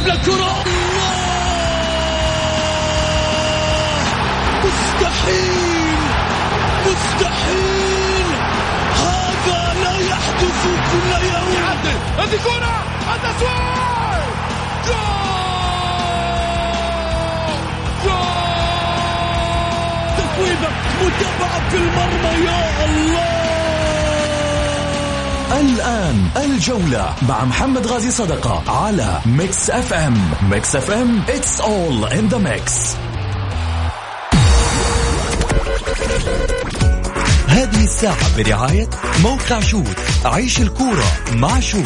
يلعب للكرة، مستحيل مستحيل، هذا لا يحدث كل يوم. يعدل هذه كرة التسويق، جول تسويبة متابعة في المرمى، يا الله. الآن الجولة مع محمد غازي صدقة على ميكس اف ام. ميكس اف ام it's all in the mix. هذه الساعة برعاية موقع شوت. عيش الكورة مع شوت.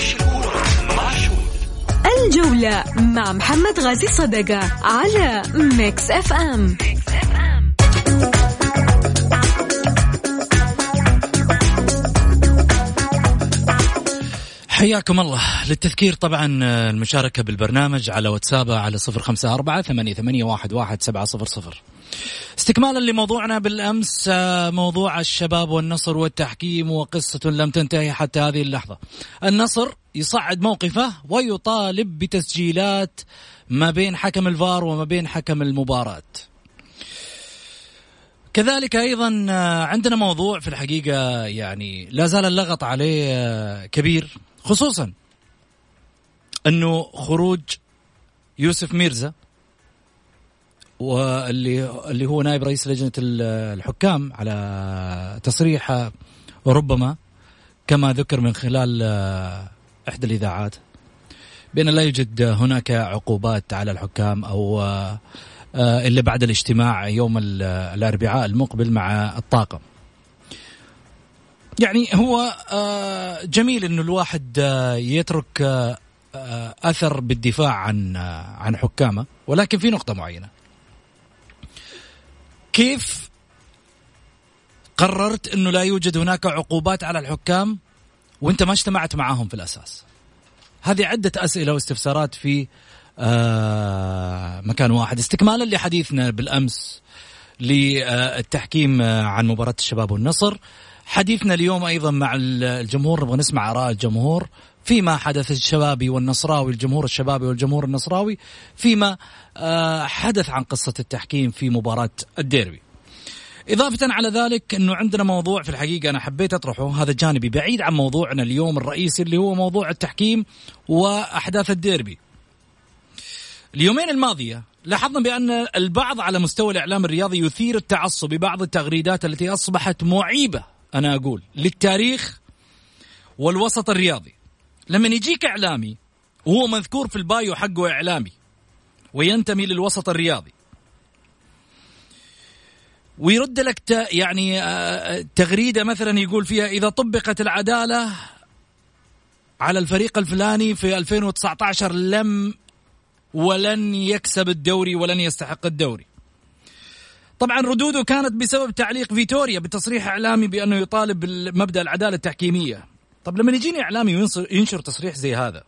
الجولة مع محمد غازي صدقة على ميكس اف ام. حياكم الله. للتذكير طبعا المشاركة بالبرنامج على واتساب على 0548811700. استكمالا لموضوعنا بالأمس، موضوع الشباب والنصر والتحكيم، وقصة لم تنتهي حتى هذه اللحظة. النصر يصعد موقفه ويطالب بتسجيلات ما بين حكم الفار وما بين حكم المباراة. كذلك أيضا عندنا موضوع في الحقيقة يعني لا زال اللغط عليه كبير، خصوصا أنه خروج يوسف ميرزا واللي هو نائب رئيس لجنة الحكام على تصريح ربما كما ذكر من خلال إحدى الإذاعات بأن لا يوجد هناك عقوبات على الحكام أو إلا بعد الاجتماع يوم الأربعاء المقبل مع الطاقم. يعني هو جميل إنه الواحد يترك أثر بالدفاع عن حكامه، ولكن في نقطة معينة. كيف قررت إنه لا يوجد هناك عقوبات على الحكام وإنت ما اجتمعت معهم في الأساس؟ هذه عدة أسئلة واستفسارات في مكان واحد. استكمالا لحديثنا بالأمس للتحكيم عن مباراة الشباب والنصر، حديثنا اليوم أيضا مع الجمهور، نبغى نسمع آراء الجمهور فيما حدث الشبابي والنصراوي، الجمهور الشبابي والجمهور النصراوي فيما حدث عن قصة التحكيم في مباراة الديربي. إضافة على ذلك أنه عندنا موضوع في الحقيقة أنا حبيت أطرحه، هذا جانبي بعيد عن موضوعنا اليوم الرئيسي اللي هو موضوع التحكيم وأحداث الديربي. اليومين الماضية لاحظنا بأن البعض على مستوى الإعلام الرياضي يثير التعصب ببعض التغريدات التي أصبحت معيبة، أنا أقول، للتاريخ والوسط الرياضي. لما يجيك إعلامي وهو مذكور في البايو حقه إعلامي وينتمي للوسط الرياضي ويرد لك يعني تغريدة مثلا يقول فيها إذا طبقت العدالة على الفريق الفلاني في 2019 ولن يكسب الدوري ولن يستحق الدوري. طبعا ردوده كانت بسبب تعليق فيتوريا بتصريح إعلامي بأنه يطالب بمبدأ العدالة التحكيمية. طب لما يجيني إعلامي ينشر تصريح زي هذا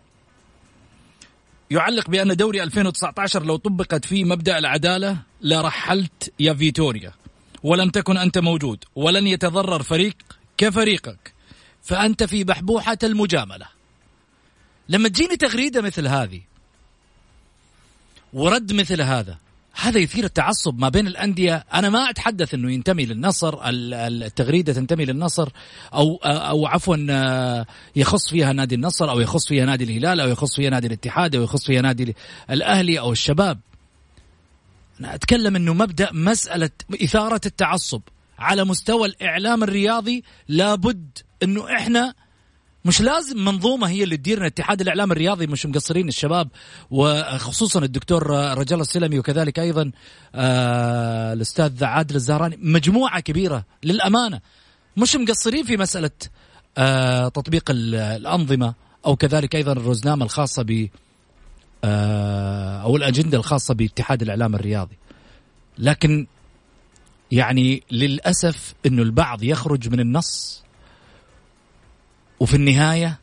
يعلق بأن دوري 2019 لو طبقت فيه مبدأ العدالة لرحلت يا فيتوريا ولم تكن أنت موجود ولن يتضرر فريق كفريقك، فأنت في بحبوحة المجاملة. لما تجيني تغريدة مثل هذه ورد مثل هذا يثير التعصب ما بين الأندية. أنا ما أتحدث أنه ينتمي للنصر، التغريدة تنتمي للنصر أو عفوا يخص فيها نادي النصر أو يخص فيها نادي الهلال أو يخص فيها نادي الاتحاد أو يخص فيها نادي الأهلي أو الشباب. أنا أتكلم أنه مبدأ مسألة إثارة التعصب على مستوى الإعلام الرياضي لابد أنه إحنا مش لازم منظومة هي اللي تديرنا. اتحاد الإعلام الرياضي مش مقصرين، الشباب وخصوصا الدكتور رجال السلمي وكذلك أيضا الأستاذ عادل الزهراني، مجموعة كبيرة للأمانة مش مقصرين في مسألة تطبيق الأنظمة أو كذلك أيضا الرزنامة الخاصة ب أو الأجندة الخاصة باتحاد الإعلام الرياضي. لكن يعني للأسف إنه البعض يخرج من النص وفي النهاية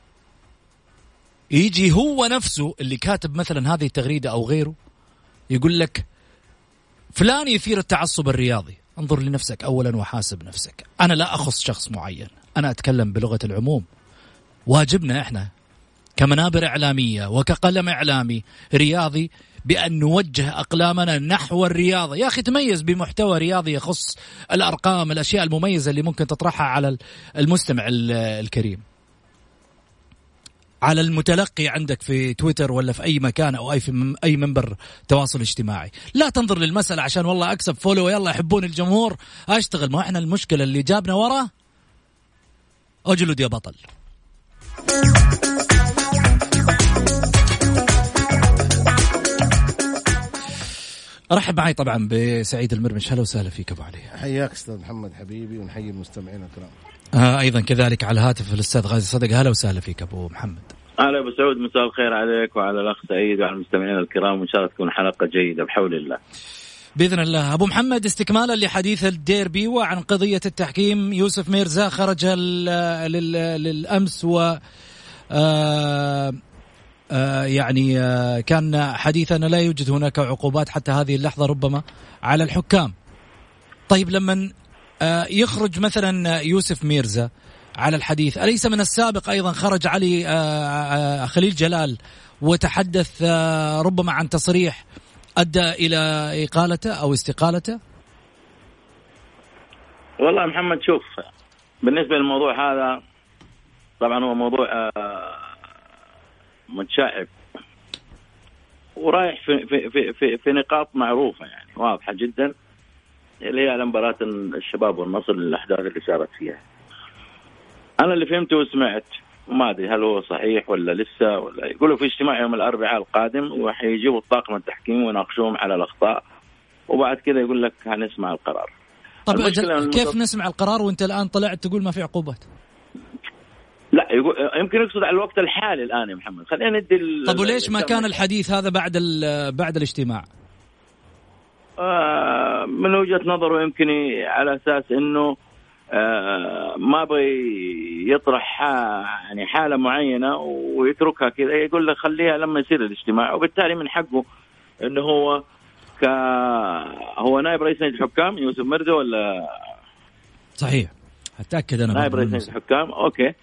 يجي هو نفسه اللي كاتب مثلا هذه التغريدة أو غيره يقول لك فلان يثير التعصب الرياضي. انظر لنفسك أولا وحاسب نفسك. أنا لا أخص شخص معين، أنا أتكلم بلغة العموم. واجبنا إحنا كمنابر إعلامية وكقلم إعلامي رياضي بأن نوجه أقلامنا نحو الرياضة. يا أخي تميز بمحتوى رياضي يخص الأرقام، الأشياء المميزة اللي ممكن تطرحها على المستمع الكريم، على المتلقي عندك في تويتر ولا في أي مكان أو أي منبر تواصل اجتماعي. لا تنظر للمسألة عشان والله أكسب فولو يلا يحبون الجمهور أشتغل. ما إحنا المشكلة اللي جابنا ورا أجلد يا بطل. أرحب معي طبعا بسعيد المرمش. هلا وسهلا فيك أبو علي. حياك أستاذ محمد حبيبي، ونحيي المستمعين الكرام. أيضا كذلك على الهاتف الأستاذ غازي صدقة. هلا وسهلا فيك أبو محمد. هلا أبو سعود، مساء الخير عليك وعلى الأخ سعيد وعلى المستمعين الكرام، وإن شاء الله تكون حلقة جيدة بحول الله بإذن الله. أبو محمد، استكمالا لحديث الديربي وعن قضية التحكيم، يوسف ميرزا خرج للأمس و يعني كان حديثنا لا يوجد هناك عقوبات حتى هذه اللحظة ربما على الحكام. طيب لما يخرج مثلا يوسف ميرزا على الحديث، أليس من السابق أيضا خرج علي خليل جلال وتحدث ربما عن تصريح أدى إلى إقالته أو استقالته؟ والله محمد شوف، بالنسبة للموضوع هذا طبعا هو موضوع متشائم ورايح في نقاط معروفة يعني واضحة جدا، اللي هي مباراة الشباب والنصر، الأحداث اللي صارت فيها. أنا اللي فهمته وسمعت، ما أدري هل هو صحيح ولا لسه، ولا يقولوا في اجتماع يوم الأربعاء القادم وحيجيبوا الطاقم التحكيم ويناقشوهم على الأخطاء، وبعد كده يقول لك هنسمع القرار. طب كيف نسمع القرار وانت الآن طلعت تقول ما في عقوبات؟ لا يمكن يقصد على الوقت الحالي الآن يا محمد. خلينا ندي طب وليش ما كان الحديث هذا بعد الاجتماع؟ من وجهة نظره يمكن على أساس إنه ما بغي يطرح يعني حالة معينة ويتركها كذا، يقول لك خليها لما يصير الاجتماع، وبالتالي من حقه إنه هو نائب رئيس نادي الحكام يوسف ميرزا ولا صحيح؟ هتأكد أنا نائب رئيس نادي الحكام. أوكي.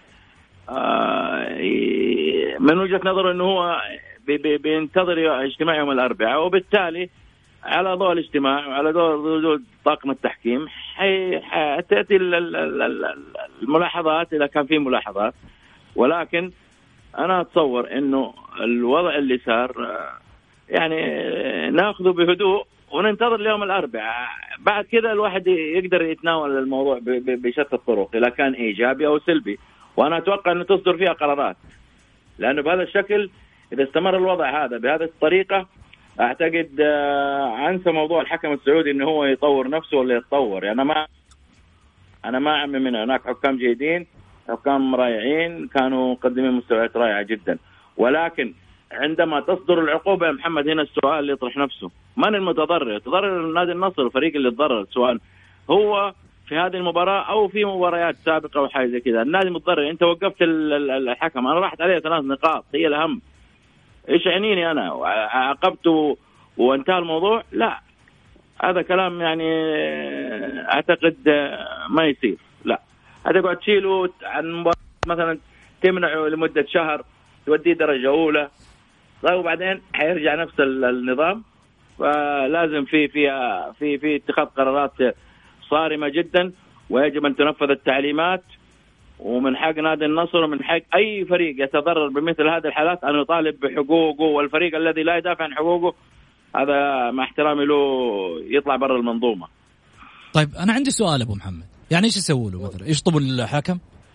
من وجهة نظره إنه هو بينتظر اجتماع يوم الأربعاء، وبالتالي على ضوء الاجتماع وعلى ضوء طاقم التحكيم حتأتي الملاحظات إذا كان في ملاحظات. ولكن أنا أتصور إنه الوضع اللي صار يعني نأخذه بهدوء وننتظر اليوم الأربعاء. بعد كده الواحد يقدر يتناول الموضوع بشتى الطرق، إذا كان إيجابي أو سلبي، وأنا أتوقع أنه تصدر فيها قرارات، لأنه بهذا الشكل إذا استمر الوضع هذا بهذه الطريقة أعتقد أنسى موضوع الحكم السعودي إنه هو يطور نفسه ولا يتطور. يعني أنا ما أعمل منه، هناك حكام جيدين، حكام رائعين كانوا مقدمين مستويات رائعة جدا، ولكن عندما تصدر العقوبة يا محمد هنا السؤال اللي يطرح نفسه، من المتضرر؟ تضرر نادي النصر الفريق اللي تضرر، سواء هو في هذه المباراة أو في مباريات سابقة أو حاجة زي كذا. النادي متضرر، أنت وقفت الحكم، أنا راحت عليه 3 نقاط هي الأهم. إيش يعنيني أنا عاقبته وانتهى الموضوع؟ لا، هذا كلام يعني أعتقد ما يصير. لا، هذا قاعد تشيله عن مباراة مثلا، تمنعه لمدة شهر، توديه درجة أولى، وبعدين حيرجع نفس النظام. فلازم في اتخاذ قرارات صارمة جدا، ويجب أن تنفذ التعليمات. ومن حق نادي النصر ومن حق أي فريق يتضرر بمثل هذه الحالات أن يطالب بحقوقه، والفريق الذي لا يدافع عن حقوقه هذا مع احترامي له يطلع برا المنظومة. طيب أنا عندي سؤال أبو محمد، يعني إيش يسووا له مثلا؟ يشطبوا الحكم؟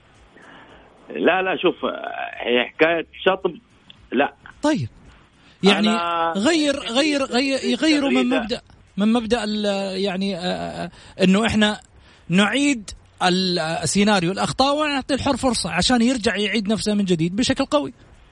لا شوف، هي حكاية شطب لا. طيب يعني يغيروا من مبدأ يعني إنه إحنا نعيد السيناريو الأخطاء ونعطي الحر فرصة عشان يرجع يعيد نفسه من جديد بشكل قوي.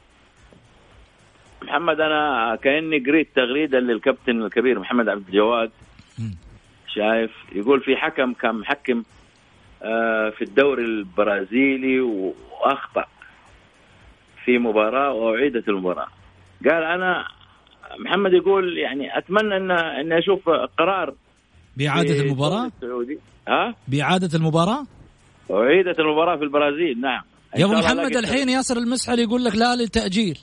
محمد أنا كأني قريت تغريدة للكابتن الكبير محمد عبد الجواد، شايف يقول في حكم كان محكم في الدوري البرازيلي وأخطأ في مباراة وأعيدت المباراة. قال أنا محمد يقول يعني أتمنى أن أشوف قرار بإعادة المباراة السعودي. بإعادة المباراة؟ أعيدت المباراة في البرازيل، نعم. يا ابو محمد الحين ياسر المسحل يقول لك لا للتأجيل،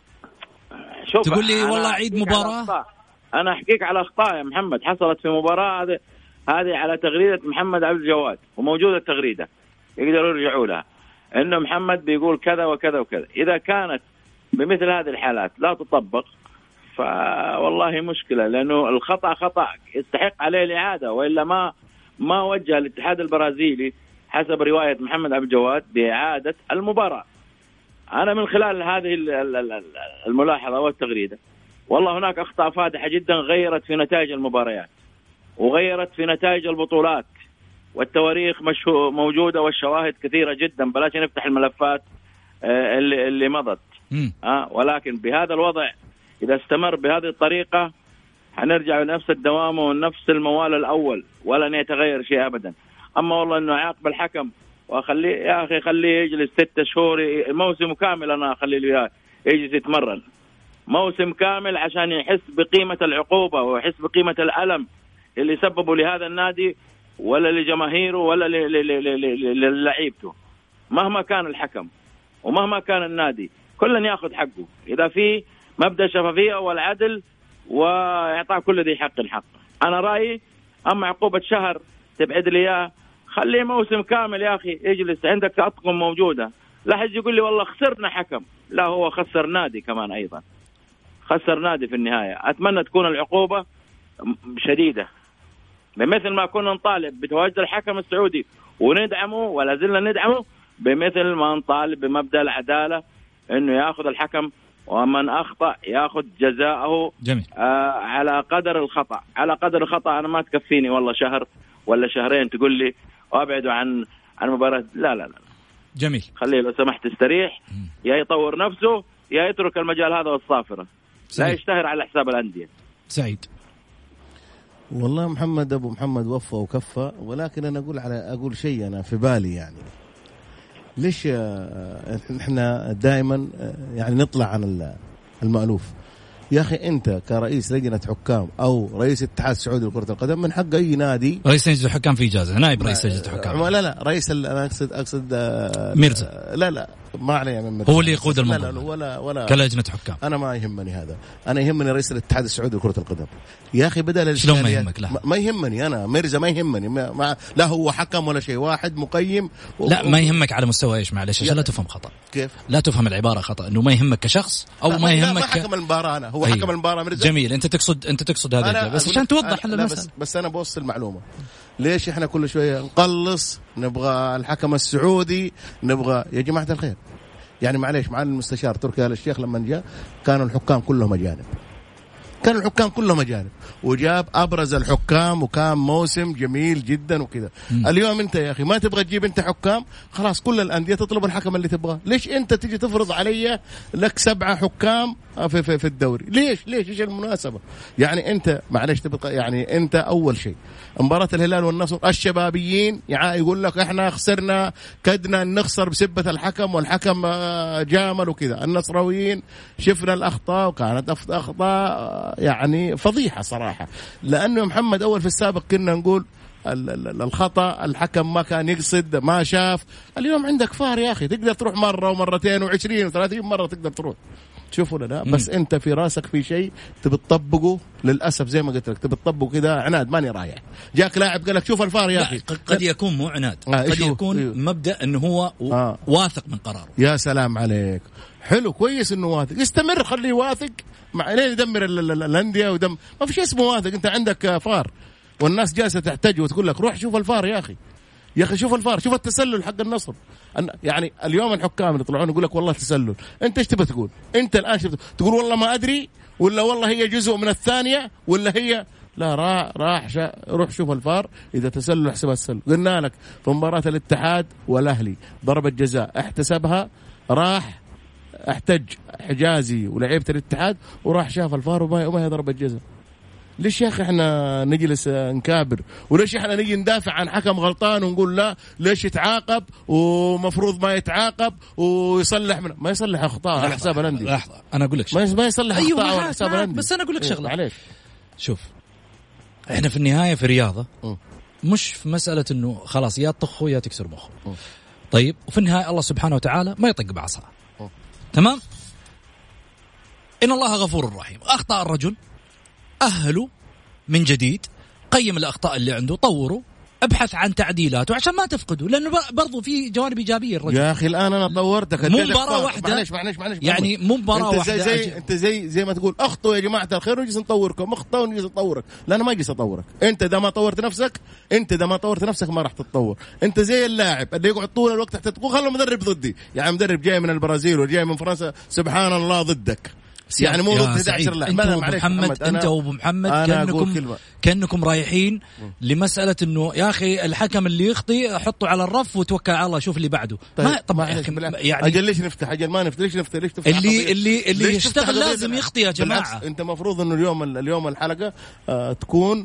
تقول لي والله عيد مباراة. أنا أحكيك على أخطاء يا محمد حصلت في مباراة هذه على تغريدة محمد عبد الجواد، وموجودة التغريدة يقدروا يرجعوا لها، إنه محمد بيقول كذا وكذا وكذا. إذا كانت بمثل هذه الحالات لا تطبق فوالله مشكلة، لأنه الخطأ خطأ يستحق عليه الإعادة، وإلا ما وجه الاتحاد البرازيلي حسب رواية محمد عبد الجواد بإعادة المباراة. أنا من خلال هذه الملاحظة والتغريدة والله هناك أخطاء فادحة جدا غيرت في نتائج المباريات وغيرت في نتائج البطولات، والتواريخ موجودة والشواهد كثيرة جدا، بلاش نفتح الملفات اللي مضت. ولكن بهذا الوضع إذا استمر بهذه الطريقة هنرجع لنفس الدوام ونفس الموال الأول، ولن يتغير شيء أبدا. أما والله إنه عاقب الحكم وأخليه يا أخي خليه يجلس 6 شهور موسم كامل، أنا أخليه يجلس يتمرن موسم كامل عشان يحس بقيمة العقوبة ويحس بقيمة الألم اللي سببه لهذا النادي ولا لجماهيره ولا للعيبته. مهما كان الحكم ومهما كان النادي كلن يأخذ حقه إذا في مبدأ الشفافية والعدل ويعطى كل ذي حق حق. أنا رأيي أما عقوبة شهر تبعد لي إياه، خليه موسم كامل يا أخي يجلس، عندك أطقم موجودة. لا حد يقول لي والله خسرنا حكم، لا هو خسر نادي كمان أيضا، خسر نادي في النهاية. أتمنى تكون العقوبة شديدة بمثل ما كنا نطالب بتواجد الحكم السعودي وندعمه ولا زلنا ندعمه، بمثل ما نطالب بمبدأ العدالة إنه يأخذ الحكم ومن أخطأ يأخذ جزاءه على قدر الخطأ. على قدر الخطأ أنا ما تكفيني والله شهر ولا شهرين تقول لي أبعده عن مباراة. لا لا لا جميل، خليه لو سمحت يستريح، يا يطور نفسه يا يترك المجال هذا والصافرة، لا يشتهر على حساب الأندية. سعيد والله محمد أبو محمد وفى وكفى، ولكن أنا أقول شيء أنا في بالي، يعني ليش إحنا دائما يعني نطلع عن المألوف؟ يا أخي أنت كرئيس لجنة حكام أو رئيس الاتحاد السعودي لكرة القدم من حق أي نادي، رئيس لجنة الحكام في إجازة، نائب رئيس لجنة الحكام، لا رئيس، أنا أقصد ميرزا، لا ما عليه من ميرزا، هو اللي يقود الموضوع ولا كلجنة حكام. أنا ما يهمني هذا، أنا يهمني رئيس الاتحاد السعودي لكرة القدم. يا أخي بدل شلون ما يهمك؟ لا ما يهمني أنا ميرزا، ما يهمني لا هو حكم ولا شيء، واحد مقيم لا ما يهمك على مستوى إيش؟ معلش عشان لا تفهم خطأ. كيف لا تفهم العبارة خطأ، إنه ما يهمك كشخص أو ما يهمك ما حكم المباراة، أنا هو حكم المباراة ميرزا. جميل، أنت تقصد هذا، بس عشان توضح المسألة. بس أنا بوصل المعلومة. ليش إحنا كل شوية نقلص نبغى الحكم السعودي، نبغى يا جماعة الخير؟ يعني معليش، مع المستشار تركي آل الشيخ لما جاء كانوا الحكام كلهم أجانب، وجاب أبرز الحكام وكان موسم جميل جدا وكذا. اليوم أنت يا أخي ما تبغى تجيب أنت حكام، خلاص كل الأندية تطلب الحكم اللي تبغاه. ليش أنت تجي تفرض علي لك 7 حكام في الدوري؟ ليش إيش المناسبة؟ يعني أنت معليش تبقى، يعني أنت أول شيء مباراة الهلال والنصر الشبابيين يقول لك إحنا خسرنا، كدنا نخسر بسبة الحكم والحكم جامل وكذا. النصراويين شفنا الأخطاء وكانت أخطاء يعني فضيحة صراحة، لأنه محمد أول في السابق كنا نقول الخطأ الحكم ما كان يقصد، ما شاف. اليوم عندك فار يا أخي، تقدر تروح مرة ومرتين و20 و30 مرة تقدر تروح تشوفوا لنا. بس أنت في راسك في شيء تبي تطبقه، للأسف زي ما قلت لك تبي تطبقه كذا عناد، ماني رايح. جاك لاعب قال لك شوف الفار يا أخي، قد يكون مو عناد، قد يكون مبدأ أنه هو واثق من قراره. يا سلام عليك، حلو كويس إنه واثق، استمر خليه واثق، مع ليه يدمر الأندية ودم؟ ما في شيء اسمه واثق، أنت عندك فار والناس جالسة تحتاج وتقول لك روح شوف الفار يا أخي شوف الفار، شوف التسلل حق النصر. يعني اليوم الحكام اللي يطلعون يقول لك والله تسلل، أنت إيش تبى تقول؟ أنت الآن تقول والله ما أدري، ولا والله هي جزء من الثانية، ولا هي لا روح شوف الفار، إذا تسلل احسبها تسلل. قلنا لك في مباراة الاتحاد والأهلي ضربة جزاء احتسبها، راح احتج حجازي ولعيبة الاتحاد وراح شاف الفار وما هي ضربة جزاء. ليش يا أخي إحنا نجلس نكابر؟ وليش إحنا نيجي ندافع عن حكم غلطان ونقول لا ليش يتعاقب ومفروض ما يتعاقب ويصلح ما يصلح أخطاء على حساب الأندية؟ لحظة أنا أقول لك ما يصلح أخطاء على حساب الأندية. بس أنا أقول لك شغلة، معليش شوف إحنا في النهاية في رياضة، مش في مسألة إنه خلاص يا تطخه يا تكسر مخه. طيب وفي النهاية الله سبحانه وتعالى ما يطق بعصا. تمام. إن الله غفور رحيم. أخطأ الرجل، أهله من جديد، قيم الأخطاء اللي عنده، طوره، ابحث عن تعديلاته عشان ما تفقده، لأنه برضو في جوانب إيجابية الرجل. يا أخي الآن أنا طورتك مو مباراة واحدة، معلش يعني مو مباراة واحدة. أنت زي ما تقول أخطوا يا جماعة الخير ونجلس نطوركم، أخطوا ونجلس نطورك. لا أنا ما أجلس أطورك. أنت إذا ما طورت نفسك ما راح تتطور. أنت زي اللاعب اللي يقعد طول الوقت تحت تقول خلوا مدرب ضدي، يعني مدرب جاي من البرازيل وجاي من فرنسا سبحان الله ضدك، يعني مو ضد 11 لاعب. انت وابو محمد كأنكم رايحين لمسألة انه يا اخي الحكم اللي يخطي حطه على الرف وتوكل على الله شوف اللي بعده. طب يعني اجل ليش نفتح؟ اجل ما نفتح. ليش تفتح اللي يشتغل لازم يخطي يا جماعة. انت مفروض انه اليوم الحلقة تكون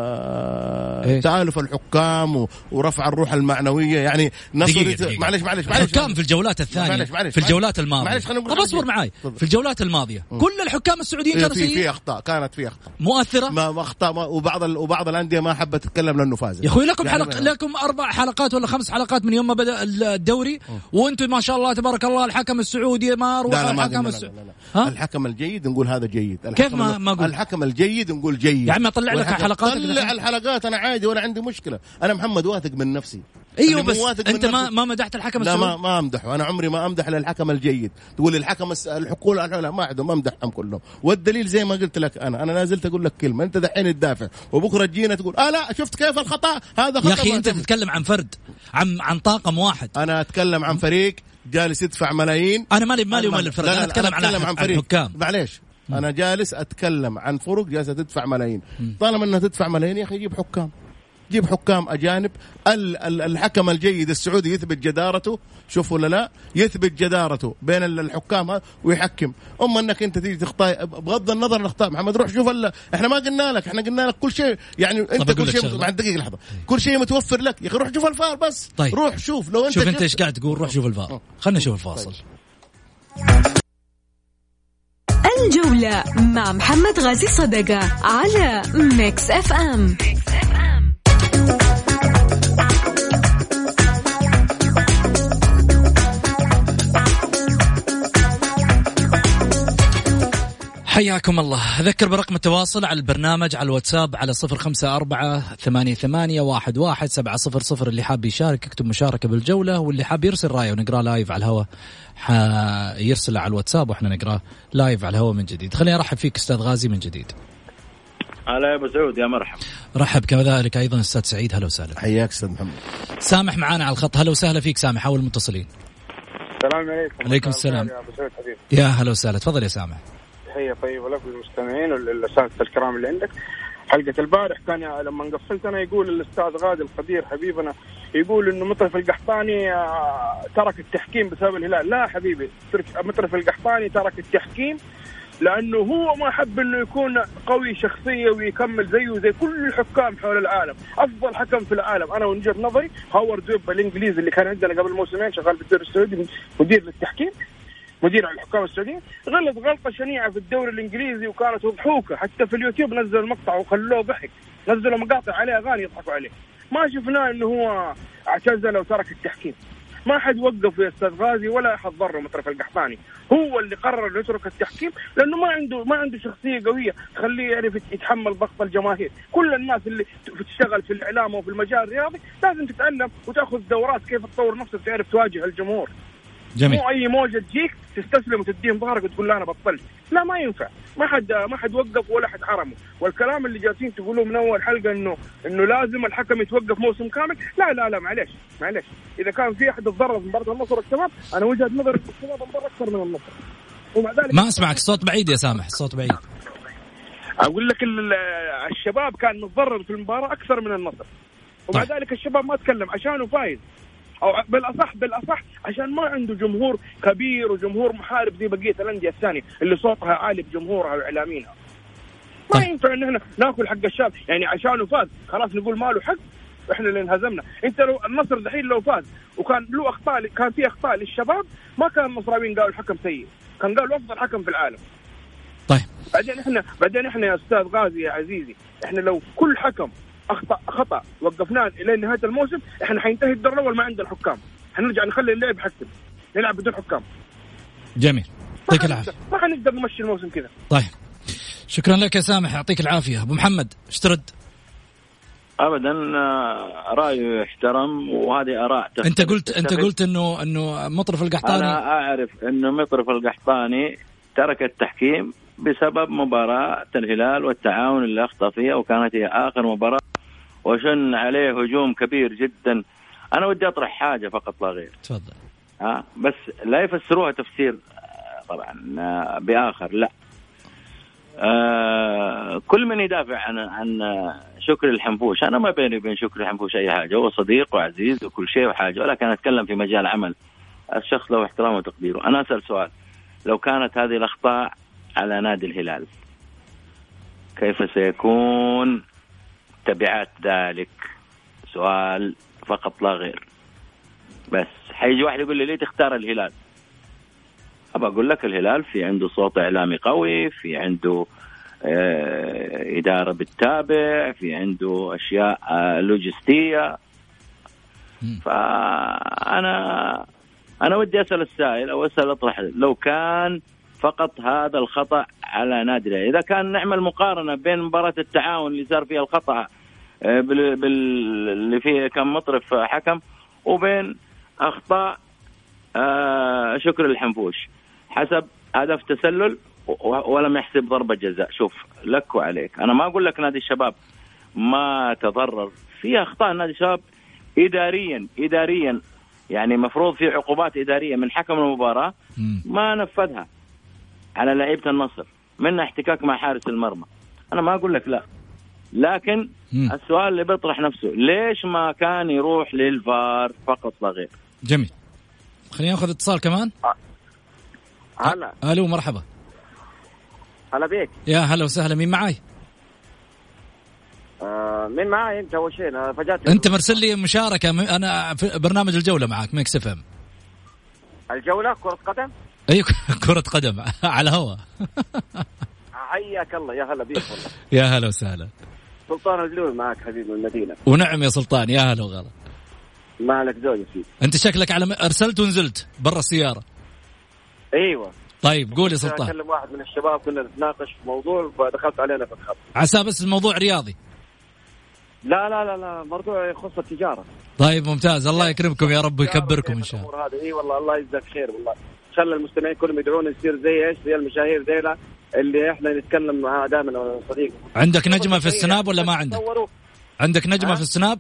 تآلف الحكام ورفع الروح المعنوية. يعني دقيقة. معلش الحكام في الجولات الثانية في الجولات الماضية. طب اصبر معاي. في الجولات الماضية كل الحكام السعوديين كانوا في اخطاء، كانت في اخطاء مؤثرة، ما اخطاء، وبعض الانديه ما حبت تتكلم لانه فاز. يا اخوي لكم يعني لكم 4 حلقات ولا 5 حلقات من يوم ما بدا الدوري وانتم ما شاء الله تبارك الله الحكم السعودي ما اروح. الحكم الحكم الجيد نقول هذا جيد. كيف ما اقول الحكم الجيد نقول جيد؟ يعني ما اطلع لك حلقات؟ طلع الحلقات انا عادي ولا عندي مشكله. انا محمد واثق من نفسي. ايوه بس انت ما مدحت الحكم السعودي. لا ما امدحه. انا عمري ما امدح للحكم الجيد. تقول الحكم الحقول ما عندهم، ما امدحهم كلهم. والدليل زي ما قلت لك انا نازلت اقول لك كلمه انت دحين تدافع وبكره تجينا تقول لا شفت كيف الخطا هذا خطا. يا اخي انت تتكلم عن فرد عن طاقم واحد. انا اتكلم عن فريق جالس يدفع ملايين. انا مالي ومال الفرق. انا اتكلم عن حكام. معليش انا جالس اتكلم عن فرق جالسه تدفع ملايين. طالما انها تدفع ملايين يا اخي جيب حكام أجانب. الحكم الجيد السعودي يثبت جدارته، شوفوا ولا لا، يثبت جدارته بين الحكام ويحكم. أنك أنت تيجي تخطأ بغض النظر عن الأخطاء. محمد روح شوف إحنا ما قلنا لك، إحنا قلنا لك كل شيء، يعني أنت كل شيء مع دقيقة لحظة كل شيء متوفر لك يا أخي. روح شوف الفار بس. طيب. روح شوف لو أنت شوف أنت إيش قاعد تقول. روح شوف الفار. خلنا نشوف الفاصل. الجولة مع محمد غازي صدقة على ميكس اف ام. حياكم الله. أذكر برقم التواصل على البرنامج على الواتساب على 0548811700. اللي حاب يشارك يكتب مشاركة بالجولة، واللي حاب يرسل رأيه ونقرأ لايف على الهواء يرسل على الواتساب وإحنا نقرأ لايف على الهواء من جديد. خليني أرحب فيك أستاذ غازي من جديد. هلا أبو سعود، يا مرحبا. رحب كذلك أيضا أستاذ سعيد. هلا وسهلا. حياك أستاذ محمد. سامح معانا على الخط. هلا وسهلا فيك سامح، أول المتصلين. السلام عليكم. عليكم السلام يا أبو سعود حبيبي. يا هلا وسهلا، تفضل يا سامح. تحية طيبة لك والمستمعين والأساتذة الكرام اللي عندك. حلقة البارح كان لما قفلت أنا يقول الأستاذ غادي القدير حبيبنا يقول إنه مطرف القحطاني ترك التحكيم بسبب الهلال. لا حبيبي، مطرف القحطاني ترك التحكيم لأنه هو ما حب إنه يكون قوي شخصية ويكمل زيه زي كل الحكام حول العالم. أفضل حكم في العالم أنا وجهة نظري هاورد زوب الإنجليزي اللي كان عندنا قبل موسمين شغال في الدوري السعودي مدير للتحكيم، مدير على الحكام السعوديين، غلط غلطة شنيعة في الدوري الإنجليزي وكانت مضحوكة. حتى في اليوتيوب نزلوا المقطع وخلوه ضحك، نزلوا مقاطع عليه أغاني يضحكوا عليه. ما شفناه إنه هو اعتزل وترك التحكيم. ما حد وقف يا أستاذ غازي ولا أحد ضره مطرف القحطاني. هو اللي قرر إنه يترك التحكيم لأنه ما عنده شخصية قوية تخليه يعرف يتحمل ضغط الجماهير. كل الناس اللي تشتغل في الإعلام وفي المجال الرياضي لازم تتعلم وتأخذ دورات كيف تطور نفسك تعرف تواجه الجمهور. جميل. مو أي موجة تجيك تستسلم وتديهم ظهرك وتقول لا أنا بطلت. لا ما ينفع. ما حد وقف ولا حد حرمه. والكلام اللي جالسين تقولوه من أول حلقة إنه لازم الحكم يتوقف موسم كامل، لا معلش. إذا كان في أحد اتضرر في مباراة النصر والشباب أنا وجهة نظري الشباب انضر أكثر من النصر. ومع ذلك ما أسمعك، الصوت بعيد يا سامح، الصوت بعيد. أقول لك الشباب كان متضرر في المباراة أكثر من النصر، ومع ذلك الشباب ما تكلم عشانه فايز، أو بالأصح عشان ما عنده جمهور كبير وجمهور محارب زي بقية الأندية الثانية اللي صوتها عالي بجمهورها وإعلامينها. ما ينفع إن إحنا نأكل حق الشاب يعني عشانه فاز خلاص نقول ما له حق. إحنا اللي انهزمنا. أنت لو النصر دحين لو فاز وكان له أخطاء، كان في أخطاء للشباب، ما كان النصراويين قالوا الحكم سيء، كان قالوا أفضل حكم في العالم. طيب بعدين إحنا يا أستاذ غازي يا عزيزي، إحنا لو كل حكم خطأ وقفناه إلى نهاية الموسم إحنا حينتهي الدور الأول ما عند الحكام، حنرجع نخلي اللعب حكم نلعب بدون حكام. جميل، يعطيك العافية. ما حنقدر نمشي الموسم كذا. طيب شكرا لك يا سامح، يعطيك العافية. أبو محمد ايش ترد؟ ابدا رايه يحترم، وهذه اراء. انت قلت انه مطرف القحطاني، انا اعرف انه مطرف القحطاني ترك التحكيم بسبب مباراة الهلال والتعاون اللي اخطأ فيها، وكانت هي اخر مباراة وشن عليه هجوم كبير جدا. انا ودي اطرح حاجة فقط لا غير. تفضل. بس لا يفسروها تفسير طبعا باخر، لا. كل من يدافع عن شكري الحنفوش، أنا ما بيني وبين شكري الحنفوش أي حاجة، هو صديق وعزيز وكل شيء وحاجة، ولكن أتكلم في مجال عمل الشخص له احترامه وتقديره. أنا أسأل سؤال، لو كانت هذه الأخطاء على نادي الهلال كيف سيكون تبعات ذلك؟ سؤال فقط لا غير. بس حيجي واحد يقول لي ليه تختار الهلال؟ أبى أقول لك الهلال في عنده صوت إعلامي قوي، في عنده إدارة بالتابع، في عنده أشياء لوجستية. فأنا ودي أسأل السائل أو أسأل أطرح، لو كان فقط هذا الخطأ على نادي الهلال، إذا كان نعمل مقارنة بين مباراة التعاون اللي صار فيها الخطأ اللي فيه كم مطرف حكم، وبين أخطاء شكر الحنفوش حسب هدف تسلل ولم يحسب ضربة جزاء. شوف لك وعليك، أنا ما أقول لك نادي الشباب ما تضرر، في أخطاء نادي الشباب إداريا يعني مفروض في عقوبات إدارية من حكم المباراة ما نفذها على لعيبة النصر، منها احتكاك مع حارس المرمى. أنا ما أقول لك لا، لكن السؤال اللي بيطرح نفسه، ليش ما كان يروح للفار فقط لا غير؟ جميل، خلينا ناخذ اتصال كمان. هلا. الو مرحبا. هلا بيك. يا هلا وسهلا، مين معاي؟ مين معاي انت؟ اول شيء انا فجأتني. انت مرسل لي مشاركه، انا في برنامج الجوله معاك ميكس اف ام. الجوله كره قدم؟ اي كره قدم على هوا. حياك الله، يا هلا بيك والله. يا هلا وسهلا. سلطان الجلول معاك حبيبي من المدينه. ونعم يا سلطان، يا هلا وغلا. مالك زوج يا سيدي. انت شكلك على ارسلت ونزلت برا السياره. ايوه. طيب قول يا سلطان. اكلم واحد من الشباب كنا نتناقش في موضوع فدخلت علينا في الخط. عسى بس الموضوع رياضي. لا لا لا لا، موضوع يخص التجاره. طيب ممتاز، الله يكرمكم يا رب ويكبركم ان شاء الله. اي والله الله يجزاك خير والله. خلى المستمعين كلهم يدعون نصير زي ايش، زي المشاهير ذيلا اللي احنا نتكلم معها دائما. صديق عندك نجمه في السناب ولا ما عندك؟ عندك نجمه في السناب؟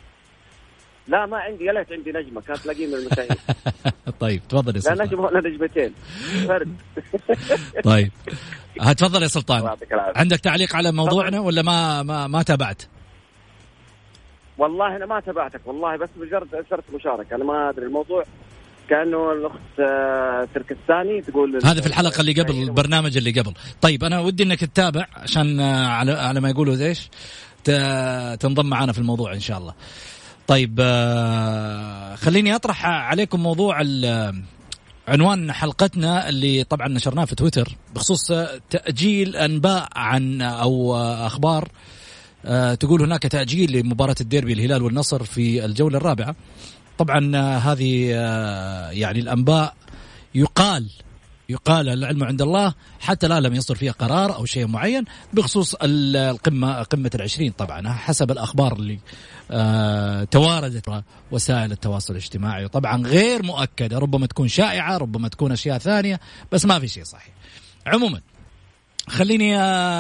لا ما عندي، يا ليت عندي نجمه كانت تلاقيه من المشاهير. طيب تفضل يا سلطان. لا نجمه ولا نجمتين فرد. طيب هتفضل يا سلطان. عندك تعليق على موضوعنا ولا ما تابعت؟ والله انا ما تابعتك والله، بس مجرد ارسلت مشاركه، انا ما ادري الموضوع. كانه الاخت تركستاني تقول هذا في الحلقه اللي قبل، البرنامج اللي قبل. طيب انا ودي انك تتابع عشان على ما يقولوا ايش تنضم معنا في الموضوع ان شاء الله. طيب خليني أطرح عليكم موضوع عنوان حلقتنا اللي طبعا نشرناه في تويتر بخصوص تأجيل أنباء عن أو أخبار تقول هناك تأجيل لمباراة الديربي الهلال والنصر في الجولة الرابعة. طبعا هذه يعني الأنباء يقال العلم عند الله، حتى لا لم يصدر فيها قرار أو شيء معين بخصوص قمة 20. طبعا حسب الأخبار اللي تواردت وسائل التواصل الاجتماعي، طبعا غير مؤكدة، ربما تكون شائعة، ربما تكون أشياء ثانية، بس ما في شيء صحيح. عموما خليني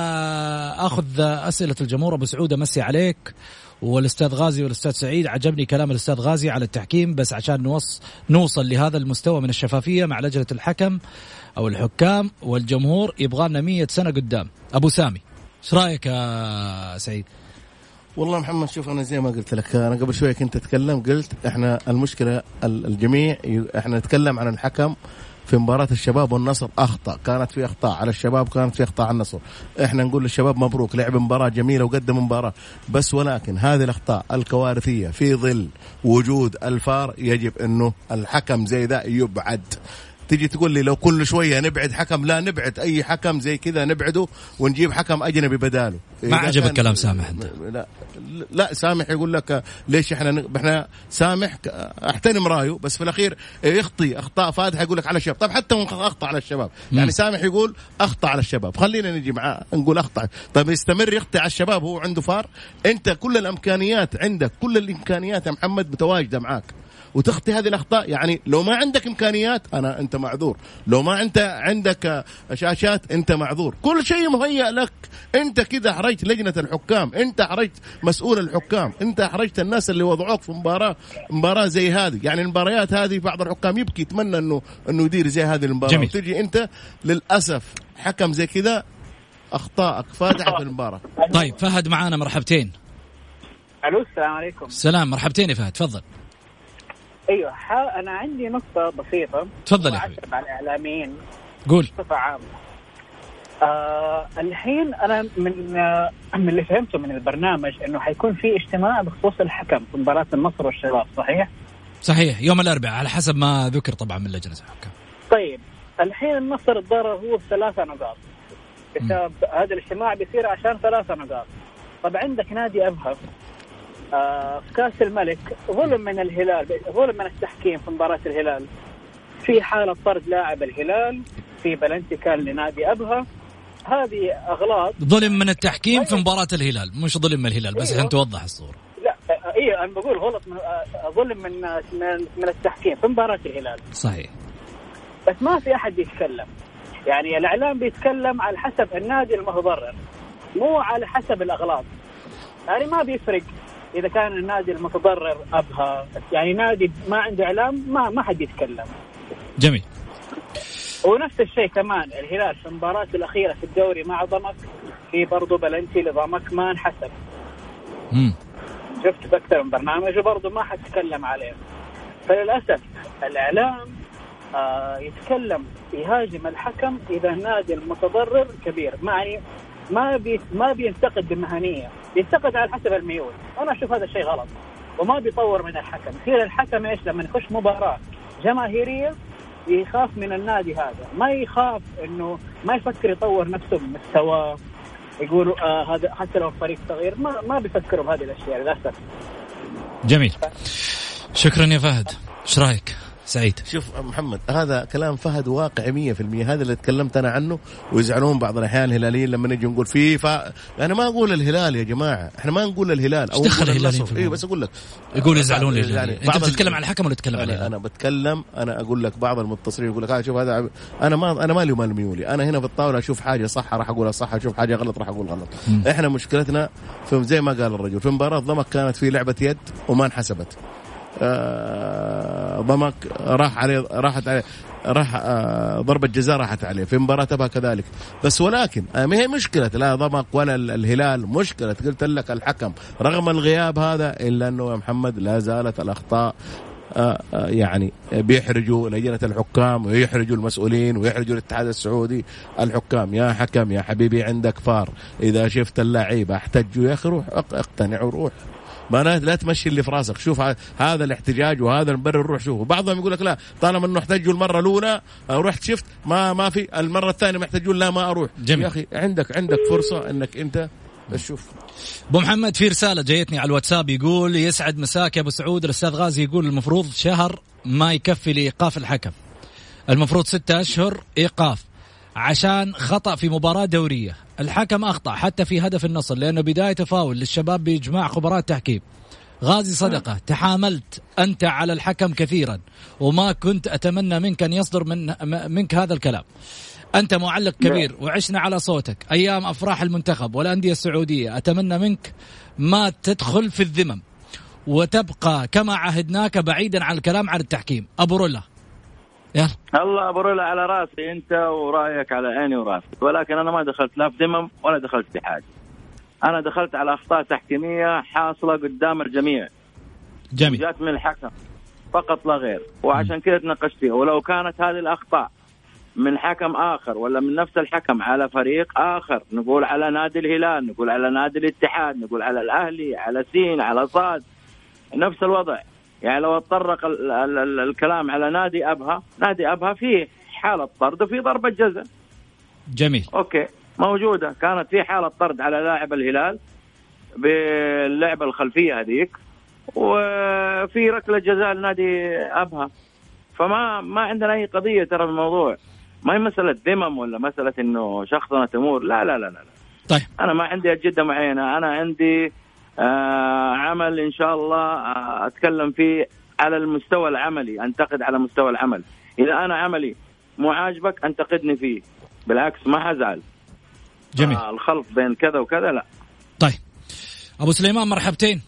أخذ أسئلة الجمهور. أبو سعود أمسي عليك والأستاذ غازي والأستاذ سعيد. عجبني كلام الأستاذ غازي على التحكيم، بس عشان نوصل لهذا المستوى من الشفافية مع لجنة الحكم أو الحكام والجمهور يبغى لنا 100 سنة قدام. أبو سامي ايش رأيك يا سعيد؟ والله محمد شوف، أنا زي ما قلت لك، أنا قبل شوية كنت أتكلم قلت إحنا المشكلة الجميع إحنا نتكلم عن الحكم في مباراة الشباب والنصر أخطأ، كانت في أخطاء على الشباب، كانت في أخطاء على النصر. إحنا نقول للشباب مبروك، لعب مباراة جميلة وقدم مباراة، بس ولكن هذه الأخطاء الكوارثية في ظل وجود الفار يجب أنه الحكم زي ذا يبعد. تيجي تقول لي لو كل شويه نبعد حكم، لا نبعد اي حكم زي كذا نبعده ونجيب حكم اجنبي بداله. ما عجبك كلام سامح انت؟ لا سامح يقول لك ليش احنا سامح احترم رايه، بس في الاخير يخطي اخطاء فادحه يقول لك على الشباب. طب حتى اخطا على الشباب يعني سامح يقول اخطا على الشباب، خلينا نجي معاه نقول اخطا. طب يستمر يخطي على الشباب هو عنده فار؟ انت كل الامكانيات عندك، كل الامكانيات يا محمد متواجده معاك وتخطي هذه الأخطاء. يعني لو ما عندك إمكانيات أنت معذور، لو ما أنت عندك شاشات أنت معذور، كل شيء مهيأ لك. أنت كده حرجت لجنة الحكام، أنت حرجت مسؤول الحكام، أنت حرجت الناس اللي وضعوك في مباراة زي هذه. يعني المباريات هذه بعض الحكام يبكي يتمنى إنه يدير زي هذه المباراة، وتجي أنت للأسف حكم زي كده أخطاءك فاتحة في المباراة. طيب فهد معانا، مرحبتين. ألو السلام عليكم. السلام، مرحبتين يا فهد، تفضل. ايوه انا عندي نقطة بسيطة. تفضل يا حبيبي. على الاعلاميين قول. بصفة عامة. الحين انا من اللي فهمته من البرنامج انه حيكون في اجتماع بخصوص الحكم في مباراة النصر والشباب، صحيح؟ صحيح، يوم الأربعاء على حسب ما ذكر طبعا من لجنة الحكام. طيب الحين النصر الضرر هو ب3 نقاط بسبب هذا الاجتماع بيصير عشان 3 نقاط. طب عندك نادي أبها في كاس الملك ظلم من الهلال، ظلم من التحكيم في مباراة الهلال، في حالة طرد لاعب الهلال، في بلنتي كان لنادي أبها. هذه أغلاط. ظلم من التحكيم في مباراة الهلال، مش ظلم من الهلال بس عشان توضح الصورة. لا أنا بقول غلط ظلم من التحكيم في مباراة الهلال. صحيح. بس ما في أحد يتكلم، يعني الإعلام بيتكلم على حسب النادي المتضرر مو على حسب الأغلاط. يعني ما بيفرق إذا كان النادي المتضرر أبها، يعني نادي ما عنده إعلام ما حد يتكلم. جميل. ونفس الشيء كمان الهلال في المباراة الأخيرة في الدوري مع ضمك، في برضو بلنتي لضمك ما انحسب. شفت بكثر من برنامج وبرضو ما حد يتكلم عليه. فللأسف الإعلام يتكلم يهاجم الحكم إذا النادي المتضرر كبير، يعني ما بينتقد بمهنية، بينتقد على حسب الميول. أنا أشوف هذا الشيء غلط وما بيطور من الحكم. يصير الحكم إيش لما يخش مباراة جماهيرية يخاف من النادي هذا، ما يخاف إنه ما يفكر يطور نفسه بمستوى، يقولوا هذا حتى لو فريق صغير ما بيفكروا بهذه الأشياء للأسف. جميل، شكرا يا فهد. إيش رأيك سعيد؟ شوف محمد، هذا كلام فهد واقعي 100%. هذا اللي تكلمت أنا عنه، ويزعلون بعض الأحيان الهلاليين لما نجي نقول أنا ما أقول الهلال يا جماعة، إحنا ما نقول الهلال أو دخل الهلاليين في بس أقول لك يقول يزعلون الهلال. أنت بتتكلم عن الحكم ولا تتكلم عن الهلال؟ أنا بتكلم، أنا أقول لك بعض المتصلين يقول لك شوف هذا أنا مالي ومال ميولي، أنا هنا في الطاولة أشوف حاجة صح راح أقولها صح، أشوف حاجة غلط راح أقول غلط. إحنا مشكلتنا في زي ما قال الرجل، في مباراة ضمك كانت في لعبة يد وما انحسبت. ضمك راح ضربة جزاء راحت عليه. في مباراة أبها كذلك. بس ولكن ما هي مشكلة لا ضمك ولا الهلال، مشكلة قلت لك الحكم رغم الغياب هذا، إلا أنه يا محمد لا زالت الأخطاء يعني بيحرجوا لجنة الحكام ويحرجوا المسؤولين ويحرجوا الاتحاد السعودي. الحكام يا حكم يا حبيبي عندك فار، إذا شفت اللعيبة احتجوا يا أخي روح اقتنع وروح، ما لا تمشي اللي في راسك. شوف هذا الاحتجاج وهذا المبرر، روح شوفه. بعضهم يقول لك لا طالما انه احتجوا المره الاولى رحت شفت ما في المره الثانيه محتاجون لا ما اروح. جميل. يا اخي عندك فرصه انك انت تشوف. ابو محمد في رساله جايتني على الواتساب يقول يسعد مساك يا ابو سعود. الاستاذ غازي يقول المفروض شهر ما يكفي لايقاف الحكم، المفروض 6 أشهر ايقاف عشان خطأ في مباراة دورية. الحكم أخطأ حتى في هدف النصر لأنه بداية فاول للشباب بإجماع خبراء التحكيم. غازي صدقة، تحاملت أنت على الحكم كثيرا وما كنت أتمنى منك أن يصدر منك هذا الكلام. أنت معلق كبير وعشنا على صوتك أيام أفراح المنتخب والأندية السعودية. أتمنى منك ما تدخل في الذمم وتبقى كما عهدناك بعيدا عن الكلام عن التحكيم. أبو رولا الله أبو رولا على راسي أنت ورايك على عيني وراسي، ولكن أنا ما دخلت لا في ذمم ولا دخلت في حاجة. أنا دخلت على أخطاء تحكيمية حاصلة قدام الجميع. جميل. جات من الحكم فقط لا غير، وعشان كده تناقشت فيها. ولو كانت هذه الأخطاء من حكم آخر ولا من نفس الحكم على فريق آخر، نقول على نادي الهلال، نقول على نادي الاتحاد، نقول على الأهلي، على سين، على صاد، نفس الوضع. يعني لو اتطرق الكلام على نادي أبها فيه حالة طرد وفي ضربة جزاء. جميل. أوكي موجودة، كانت في حالة طرد على لاعب الهلال باللعبة الخلفية هذيك، وفي ركلة جزاء لنادي أبها. فما عندنا أي قضية ترى الموضوع، ما هي مسألة ذمم ولا مسألة إنه شخصنا تمور، لا لا لا لا. طيب أنا ما عندي أجندة معينة، أنا عندي عمل إن شاء الله أتكلم فيه على المستوى العملي، أنتقد على مستوى العمل. إذا أنا عملي مو عاجبك أنتقدني فيه، بالعكس ما حزعل. جميل. الخلط بين كذا وكذا لا. طيب أبو سليمان مرحبتين.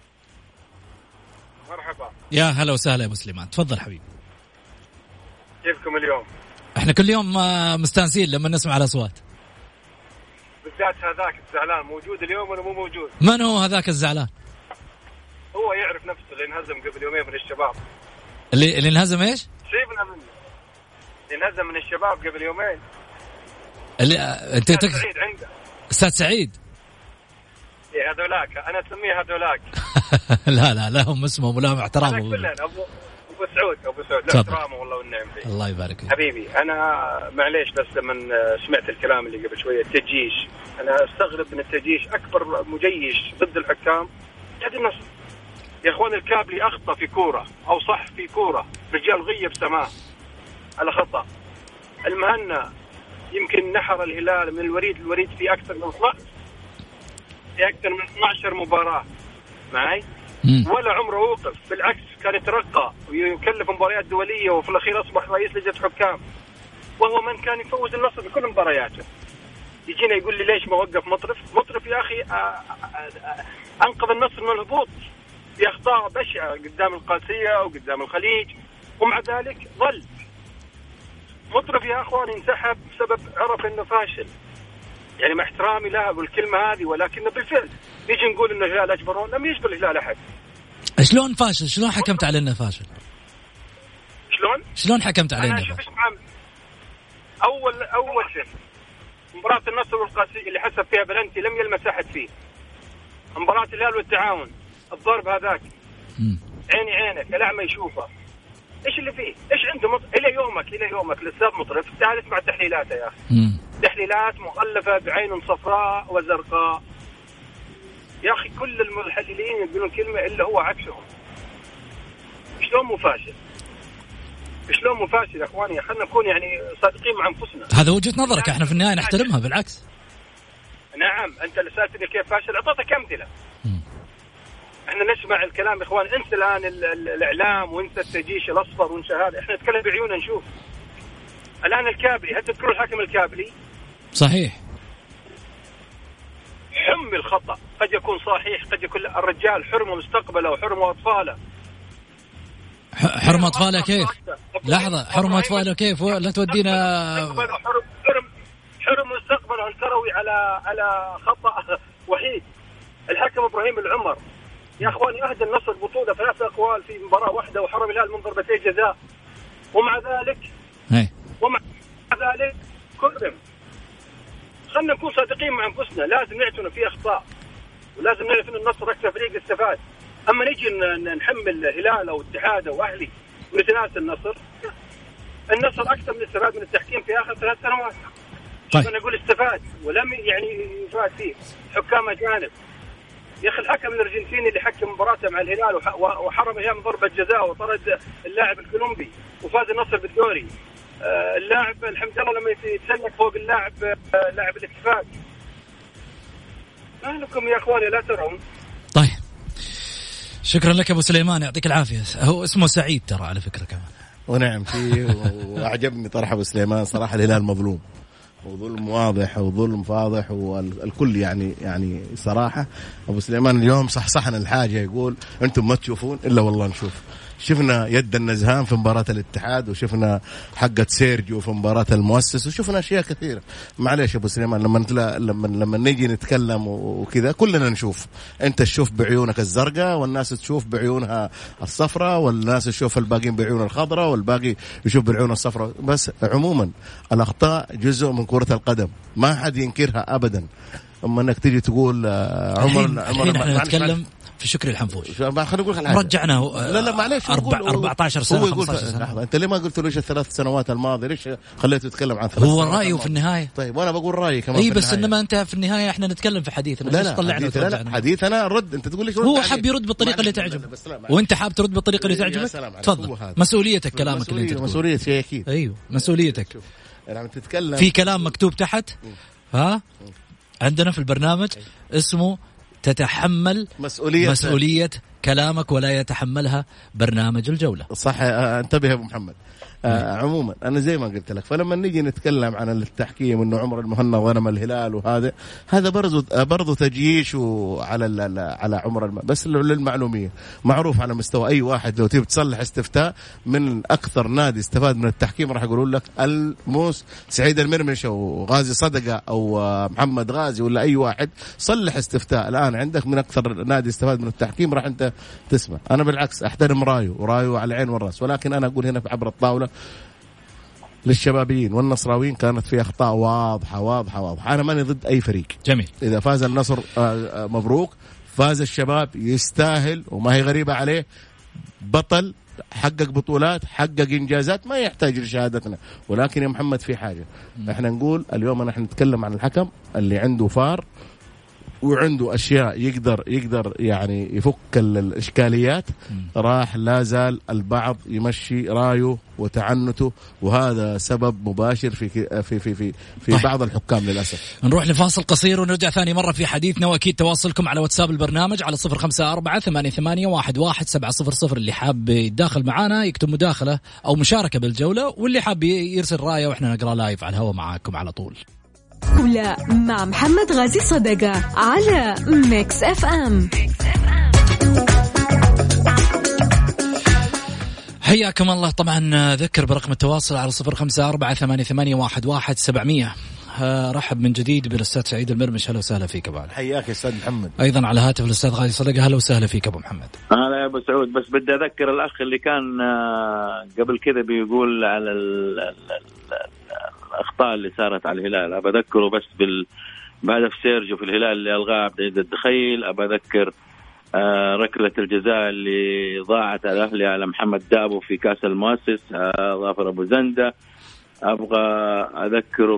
مرحبا. يا هلا وسهلا يا أبو سليمان، تفضل حبيبي. كيفكم اليوم؟ احنا كل يوم مستانسين لما نسمع الأصوات. بالذات هذاك الزعلان موجود اليوم ولا مو موجود؟ من هو هذاك الزعلان؟ هو يعرف نفسه اللي انهزم قبل يومين من الشباب. اللي انهزم ايش؟ سيبنا منه. اللي انهزم من الشباب قبل يومين. اللي انت سعيد عنده. استاذ سعيد. إيه هذولاك، انا اسميه هذولاك. لا هم اسمهم ولهم احترامهم. كلنا ابو سعود له احترامه والله والنعم فيه. الله يبارك فيك حبيبي. انا معليش بس لما سمعت الكلام اللي قبل شويه التجيش، انا استغرب من التجيش. اكبر مجيش ضد الحكام نادي النصر يا اخوان. الكابلي اخطا في كوره او صح في كوره، رجال غيب سماه على خطا. المهنا يمكن نحر الهلال من الوريد في اكثر من 12 مباراه معي، ولا عمره وقف، بالعكس كان يترقى ويكلف مباريات دوليه، وفي الاخير اصبح رئيس لجنه حكام، وهو من كان يفوز النصر بكل مبارياته. يجينا يقول لي ليش ما وقف مطرف يا اخي انقذ النصر من الهبوط في اخطاء بشعه قدام القادسيه وقدام الخليج، ومع ذلك ظل مطرف يا اخوان انسحب بسبب عرف انه فاشل. يعني مع احترامي له بالكلمه هذه، ولكن بالفعل نيجي نقول انه الهلال اجبرون، لم يجبر الهلال احد. شلون فاشل؟ شلون حكمت على انه فاشل؟ شلون حكمت على انه فاشل؟ اول شيء مباراة النصر والقادسية اللي حسب فيها بلنتي لم يلمس احد فيه. مباراة الهلال والتعاون الضرب هذاك عيني عينك الاعمى يشوفه. ايش اللي فيه؟ ايش عنده الى يومك الاستاذ مطرف تعال اسمع تحليلاته يا اخي. تحليلات مؤلفة بعين صفراء وزرقاء يا اخي. كل المحللين يقولون كلمة الا هو عكسهم. شلون مو فاشل يا اخواني؟ خلينا نكون يعني صادقين مع انفسنا. هذا وجهة نظرك، احنا في النهاية نحترمها بالعكس. نعم انت اللي سالتني كيف فاشل، اعطيتك امثله. احنا نسمع الكلام يا اخوان، انسى الان الاعلام وانسى التجيش الاصفر وانسى هذا، احنا نتكلم بعيوننا نشوف. الان الكابلي، هل تذكروا الحكم الكابلي؟ صحيح. حمل الخطا، قد يكون صحيح قد يكون الرجال حرمه مستقبله وحرمه اطفاله. حرم اطفاله كيف؟ لحظه، حرم اطفاله كيف؟ لا تودينا. حرم مستقبله الكروي على خطا وحيد. الحكم ابراهيم العمر يا اخواني اهدى النصر بطوله 3 اقوال في مباراه واحده، وحرم الهلال من ضربتي جزاء، ومع ذلك كرم. خلنا نكون صادقين مع انفسنا، لازم نعترف في اخطاء، ولازم نعرف ان النصر اكثر فريق استفاد. اما نيجي نحمل الهلال او الاتحاد او اهلي ونتناسى النصر اكثر من استفاد من التحكيم في اخر 3 سنوات. طيب. انا اقول استفاد ولم يعني يفاد فيه حكام اجانب. يا اخي الحكم الارجنتيني اللي حكم مباراته مع الهلال وحرم الهلال من ضربه جزاء وطرد اللاعب الكولومبي وفاز النصر بالدوري. اللاعب الحمد لله لما يتسلق فوق لاعب الاتفاق. ما لكم يا اخواني لا ترون. طيب شكرا لك ابو سليمان، يعطيك العافيه. هو اسمه سعيد ترى على فكره كمان. ونعم فيه. واعجبني طرح ابو سليمان صراحه. الهلال مظلوم وظلم واضح وظلم فاضح، والكل يعني صراحة أبو سليمان اليوم صحصحنا الحاجة، يقول أنتم ما تشوفون إلا والله نشوف. شفنا يد النزهان في مباراة الاتحاد، وشفنا حقة سيرجيو في مباراة المؤسس، وشفنا أشياء كثيرة. معليش أبو سليمان لما نيجي نتكلم وكذا كلنا نشوف. أنت تشوف بعيونك الزرقاء، والناس تشوف بعيونها الصفراء، والناس تشوف الباقين بعيون الخضراء، والباقي يشوف بعيون الصفراء. بس عموما الأخطاء جزء من كرة القدم، ما حد ينكرها أبدا. أما أنك تيجي تقول عمر احنا نتكلم في شكري الحنفوش. خلينا نقول رجعناه. لا معليش 14 سنة 15 سنة. انت ليه ما قلت له ايش الثلاث سنوات الماضية؟ ليش خليته يتكلم عن 3 هو رأيه في النهاية. طيب وانا بقول رأيي كمان. اي بس انما انت في النهاية احنا نتكلم في حديثنا. لا حديثنا رد. انت تقول ليش هو حاب يرد بالطريقة اللي تعجبه وانت حاب ترد بالطريقة اللي تعجبك. تفضل مسؤوليتك كلامك اللي انت تقول. مسؤوليتي اكيد. ايوه مسؤوليتك. يعني تتكلم في كلام مكتوب تحت عندنا في البرنامج اسمه تتحمل مسؤولية كلامك ولا يتحملها برنامج الجولة. صح. انتبه يا ابو محمد. عموما انا زي ما قلت لك، فلما نيجي نتكلم عن التحكيم انه عمر المهنا ظلم الهلال وهذا برضو تجيش على عمر بس للمعلوميه معروف على مستوى اي واحد. لو تبي تصلح استفتاء من اكثر نادي استفاد من التحكيم راح يقولوا لك الموس سعيد المرمش او غازي صدقه او محمد غازي ولا اي واحد. صلح استفتاء الان عندك من اكثر نادي استفاد من التحكيم راح انت تسمع. انا بالعكس احترم رايه على العين والراس، ولكن انا اقول هنا عبر الطاوله للشبابيين والنصراويين كانت في أخطاء واضحة. أنا ماني ضد أي فريق. جميل. إذا فاز النصر مبروك، فاز الشباب يستاهل وما هي غريبة عليه، بطل حقق بطولات حقق إنجازات ما يحتاج لشهادتنا. ولكن يا محمد في حاجة احنا نقول اليوم نحن نتكلم عن الحكم اللي عنده فار وعنده أشياء يقدر يعني يفك الإشكاليات. راح لا زال البعض يمشي رايه وتعنته، وهذا سبب مباشر في طيب. بعض الحكام للأسف. نروح لفاصل قصير ونرجع ثاني مرة في حديثنا، وأكيد تواصلكم على واتساب البرنامج على 0548811700. اللي حاب يتداخل معنا يكتب مداخلة أو مشاركة بالجولة، واللي حاب يرسل رأيه وإحنا نقرأ لايف على الهواء معاكم على طول. جولة مع محمد غازي صدقة على ميكس اف ام. حياكم الله. طبعا ذكر برقم التواصل على 0548811700. رحب من جديد بالاستاذ سعيد المرمش. هلا وسهلا فيك ابو علي. حياك يا استاذ محمد. ايضا على هاتف الاستاذ غازي صدقة. هلا وسهلا فيك ابو محمد. هلا يا ابو سعود. بس بدي اذكر الاخ اللي كان قبل كذا بيقول على الأخطاء اللي صارت على الهلال، أبذكره بس بهدف سيرجيو في الهلال اللي ألغاه ضد الدخيل. أبذكر ركلة الجزاء اللي ضاعت على الأهلي على محمد دابو في كأس المؤسس ظافر أبو زندة. أبغى أذكره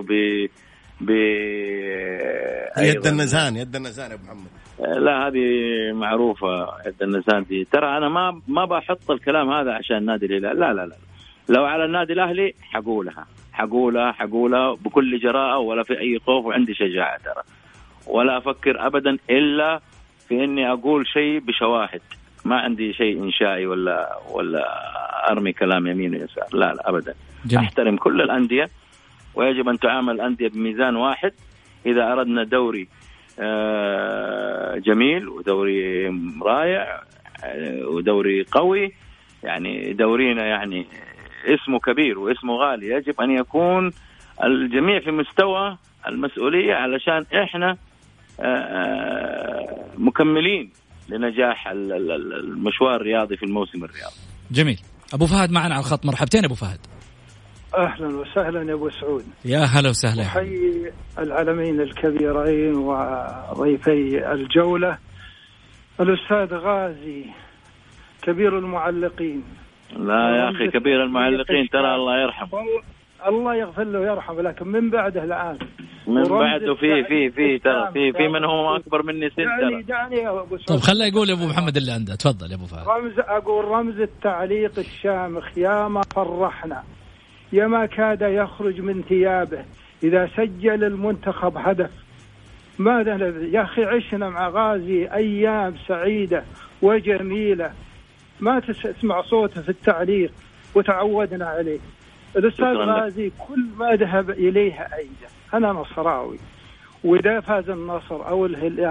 يد النزان يا أبو محمد. لا هذه معروفة يد النزان دي. ترى أنا ما بحط الكلام هذا عشان نادي الهلال، لا لو على النادي الأهلي حقولها بكل جراءة ولا في أي خوف، وعندي شجاعة ترى، ولا أفكر أبدا إلا في إني أقول شيء بشواهد. ما عندي شيء إنشائي ولا أرمي كلام يمين ويسار، لا أبدا. جميل. أحترم كل الأندية، ويجب أن تعامل الأندية بميزان واحد. إذا أردنا دوري جميل ودوري رائع ودوري قوي، يعني دورينا يعني اسمه كبير واسمه غالي، يجب أن يكون الجميع في مستوى المسؤولية علشان إحنا مكملين لنجاح المشوار الرياضي في الموسم الرياضي. جميل. أبو فهد معنا على الخط. مرحبتين أبو فهد. أهلا وسهلا يا أبو سعود. يا هلا وسهلا. حي العالمين الكبيرين وضيفي الجولة، الأستاذ غازي كبير المعلقين. لا يا أخي كبير المعلقين ترى الله يرحمه. الله يغفر له ويرحمه، لكن من بعده الآن من بعده في ترى في من هو أكبر مني سن ترى. دعني يا أبو سعود. طب خليه يقول يا أبو محمد اللي عنده. تفضل يا أبو فهد. رمز التعليق الشامخ. يا ما فرحنا، يا ما كاد يخرج من ثيابه إذا سجل المنتخب هدف. ماذا يا أخي عشنا مع غازي أيام سعيدة وجميلة، ما تسمع صوته في التعليق وتعودنا عليه. الأستاذ غازي كل ما ذهب إليه أيده. أنا نصراوي، وإذا فاز النصر أو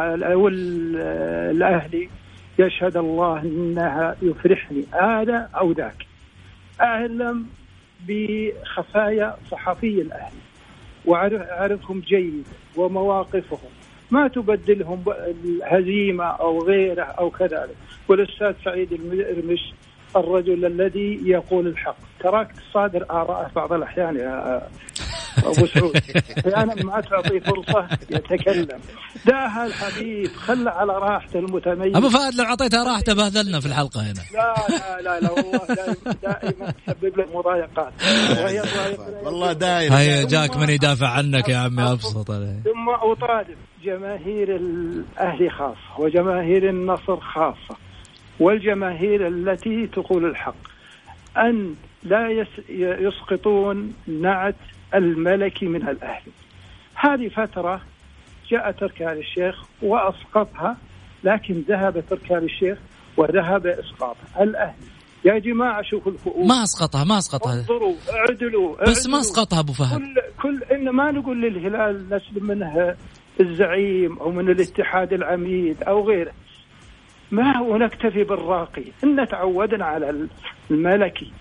الأهلي يشهد الله إنها يفرحني هذا أو ذاك. أعلم بخفايا صحفي الأهلي وأعرفهم جيد ومواقفهم، ما تبدلهم الهزيمة أو غيره أو كذلك. والأستاذ سعيد المرمش الرجل الذي يقول الحق. تراك تصادر آراء بعض الأحيان يا أبو سعود أحيانا ما تعطي فرصة يتكلم. داها الحبيب، خلى على راحته المتميز. أبو فهد لو عطيتها راحته بهذلنا في الحلقة هنا. لا والله دائما تسبب له مضايقات. والله دايما. هيا جاك من يدافع عنك يا عمي، أبسط عليه. ثم أطالب جماهير الأهلي خاصة وجماهير النصر خاصة والجماهير التي تقول الحق أن لا يسقطون نعت الملكي من الأهلي. هذه فترة جاء تركي آل الشيخ وأسقطها، لكن ذهب تركي آل الشيخ وذهب إسقاطها. الأهلي يا جماعة شوفوا الفؤول، ما أسقطها انظروا اعدلوا بس ما أسقطها أبو فهد. إن ما نقول للهلال نسلم منها الزعيم أو من الاتحاد العميد أو غيره، ما هو نكتفي بالراقي. إن تعودنا على الملكي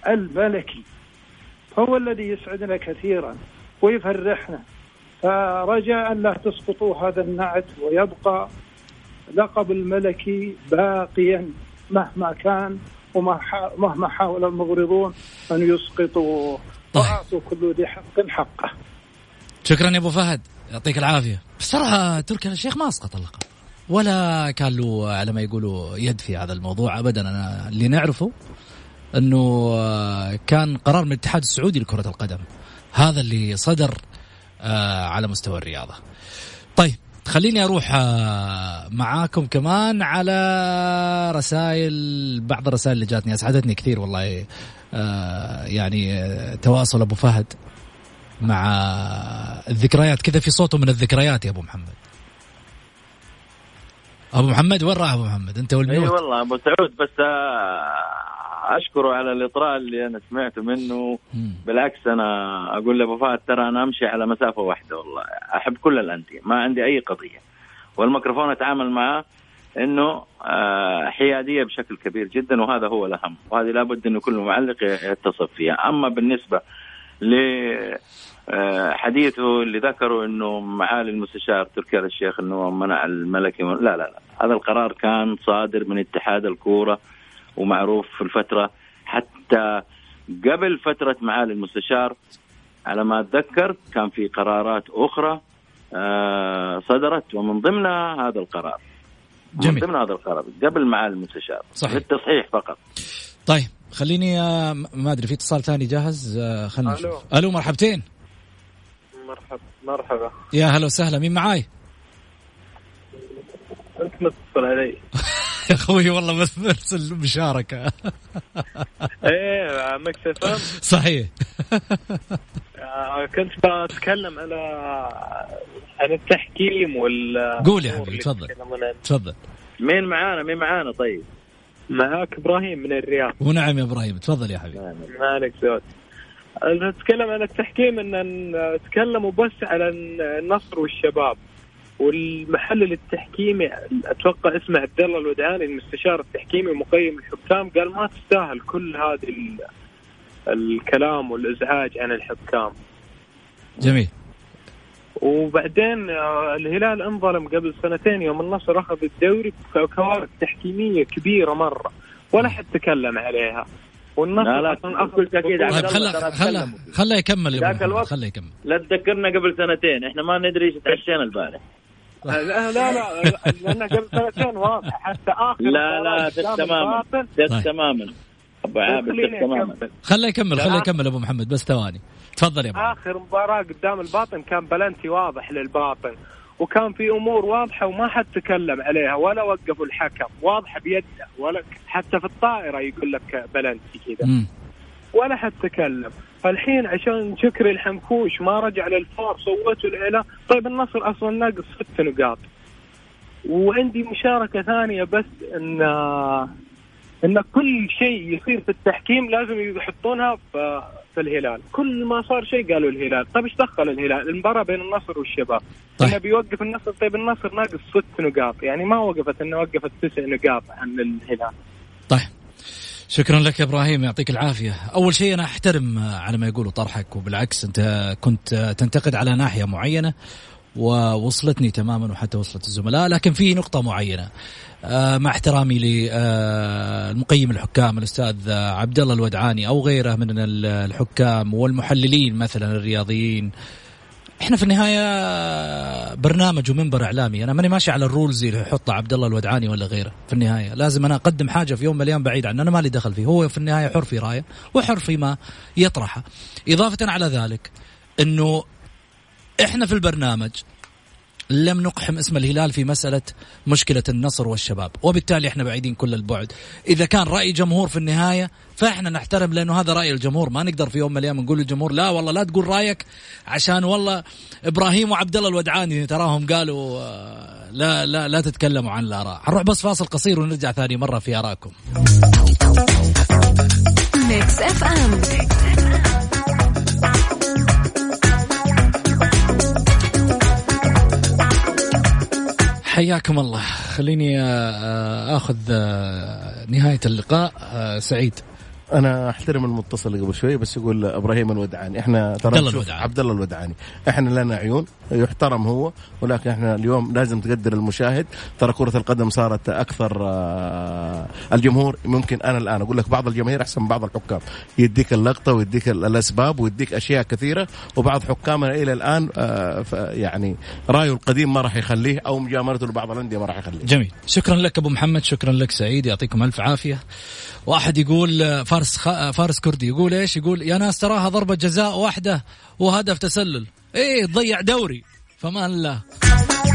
هو الذي يسعدنا كثيرا ويفرحنا. فرجاء لا تسقطوا هذا النعت، ويبقى لقب الملكي باقيا مهما كان ومهما حاول المغرضون أن يسقطوا. وأعطوا كل ذي حق حقه. شكرا يا أبو فهد، يعطيك العافية. بصراحة تركي آل الشيخ ما أسقط اللقب ولا كان له على ما يقولوا يد في هذا الموضوع أبدا. أنا اللي نعرفه أنه كان قرار من الاتحاد السعودي لكرة القدم، هذا اللي صدر على مستوى الرياضة. طيب خليني أروح معاكم كمان على رسائل، بعض الرسائل اللي جاتني أسعدتني كثير والله. يعني تواصل أبو فهد مع الذكريات كذا، في صوته من الذكريات يا أبو محمد. أبو محمد وين راح أبو محمد؟ أنت والميوت. أي والله أبو سعود، بس أشكره على الإطراء اللي أنا سمعته منه. بالعكس أنا أقول لأبو فهد ترى أنا أمشي على مسافة واحدة، والله أحب كل الأندية، ما عندي أي قضية، والميكروفون أتعامل معه إنه حيادية بشكل كبير جدا، وهذا هو الأهم، وهذه لابد إنه كل معلق يتصف فيها. أما بالنسبة لحديثه اللي ذكروا إنه معالي المستشار تركي آل الشيخ إنه منع الملكي، لا هذا القرار كان صادر من اتحاد الكورة ومعروف في الفترة، حتى قبل فترة معالي المستشار على ما أتذكر كان في قرارات أخرى صدرت، ومن ضمنها هذا القرار. جميل. من ضمن هذا القرار قبل معالي المستشار. صحيح. للتصحيح فقط. طيب خليني ما أدري في اتصال ثاني جاهز، خلينا نشوف. ألو مرحبتين. مرحبا. يا هلا وسهلا، مين معاي؟ أنت متصل علي. يا أخوي والله مرسل مشاركة. إيه مكسفة. صحيح. كنت بتكلم عن التحكيم قول يا حبيبي، تفضل. مين معانا؟ طيب معاك إبراهيم من الرياض. ونعم يا إبراهيم، تفضل يا حبيبي. مالك زود. نتكلم عن التحكيم، إن نتكلموا بس على النصر والشباب، والمحلل التحكيمي أتوقع اسمه عبد الله الودعاني المستشار التحكيمي ومقيم الحكام، قال ما تستاهل كل هذا الكلام والإزعاج عن الحكام. جميل. وبعدين الهلال انظلم قبل سنتين يوم النصر أخذ الدوري بكوارث تحكيمية كبيرة مرة ولا حد تكلم عليها. والنصر لا أقول أكيد. خلّه يكمل. خلّه يكمل. لا تذكرنا قبل سنتين، إحنا ما ندري إيش تعشينا البارح. لا لأن قبل سنتين واضح حتى آخر. لا تماما. خلّه يكمل أبو محمد، بس ثواني. تفضل يا أبو. آخر مباراة قدام الباطن كان بلنتي واضح للباطن، وكان في أمور واضحة وما حد تكلم عليها ولا وقفوا الحكم، واضحة بيده، ولا حتى في الطائرة يقول لك بلنتي كذا ولا حد تكلم. الحين عشان شكري الحنفوش ما رجع للفار صوتوا الإعلام. طيب النصر أصلا ناقص 6 نقاط. وعندي مشاركة ثانية بس إن كل شيء يصير في التحكيم لازم يحطونها في الهلال. كل ما صار شيء قالوا الهلال. طيب ايش دخل الهلال؟ المباراة بين النصر والشباب. طيب. إنه بيوقف النصر. طيب النصر ناقص 6 نقاط، يعني ما وقفت، إنه وقفت 9 نقاط عن الهلال. طيب شكرا لك يا إبراهيم، يعطيك العافية. أول شيء أنا أحترم على ما يقولوا طرحك، وبالعكس أنت كنت تنتقد على ناحية معينة ووصلتني تماما وحتى وصلت الزملاء، لكن في نقطة معينة مع احترامي للمقيم الحكام الأستاذ عبد الله الودعاني أو غيره من الحكام والمحللين مثلا الرياضيين احنا في النهايه برنامج ومنبر اعلامي، انا ماني ماشي على الرولز اللي يحطها عبد الله الودعاني ولا غيره. في النهايه لازم انا اقدم حاجه في يوم من الايام بعيد عنه، انا مالي دخل فيه. هو في النهايه حر في رايه وحر فيما يطرحه. اضافه على ذلك انه احنا في البرنامج لم نقحم اسم الهلال في مسألة مشكلة النصر والشباب، وبالتالي احنا بعيدين كل البعد. إذا كان رأي جمهور في النهاية فاحنا نحترم، لأنه هذا رأي الجمهور. ما نقدر في يوم من الأيام نقول للجمهور لا والله لا تقول رأيك عشان والله إبراهيم وعبد الله الودعاني تراهم قالوا لا تتكلموا عن الآراء. هنروح بس فاصل قصير ونرجع ثاني مرة في آراءكم. ميكس اف ام. حياكم الله. خليني أخذ نهاية اللقاء. سعيد، انا احترم المتصل اللي قبل شوي بس يقول ابراهيم الودعاني، احنا ترى عبد الله الودعاني احنا لنا عيون يحترم هو، ولكن احنا اليوم لازم تقدر المشاهد. ترى كرة القدم صارت اكثر الجمهور ممكن انا الان اقول لك بعض الجماهير احسن من بعض الحكام، يديك اللقطة ويديك الاسباب ويديك اشياء كثيرة، وبعض حكامنا الى الان يعني رايه القديم ما راح يخليه او مجاملته لبعض الانديه ما راح يخليه. جميل، شكرا لك ابو محمد، شكرا لك سعيد، يعطيكم الف عافية. واحد يقول فارس كردي يقول ايش؟ يقول يا ناس تراها ضربة جزاء واحدة وهدف تسلل، ايه تضيع دوري، فمان الله.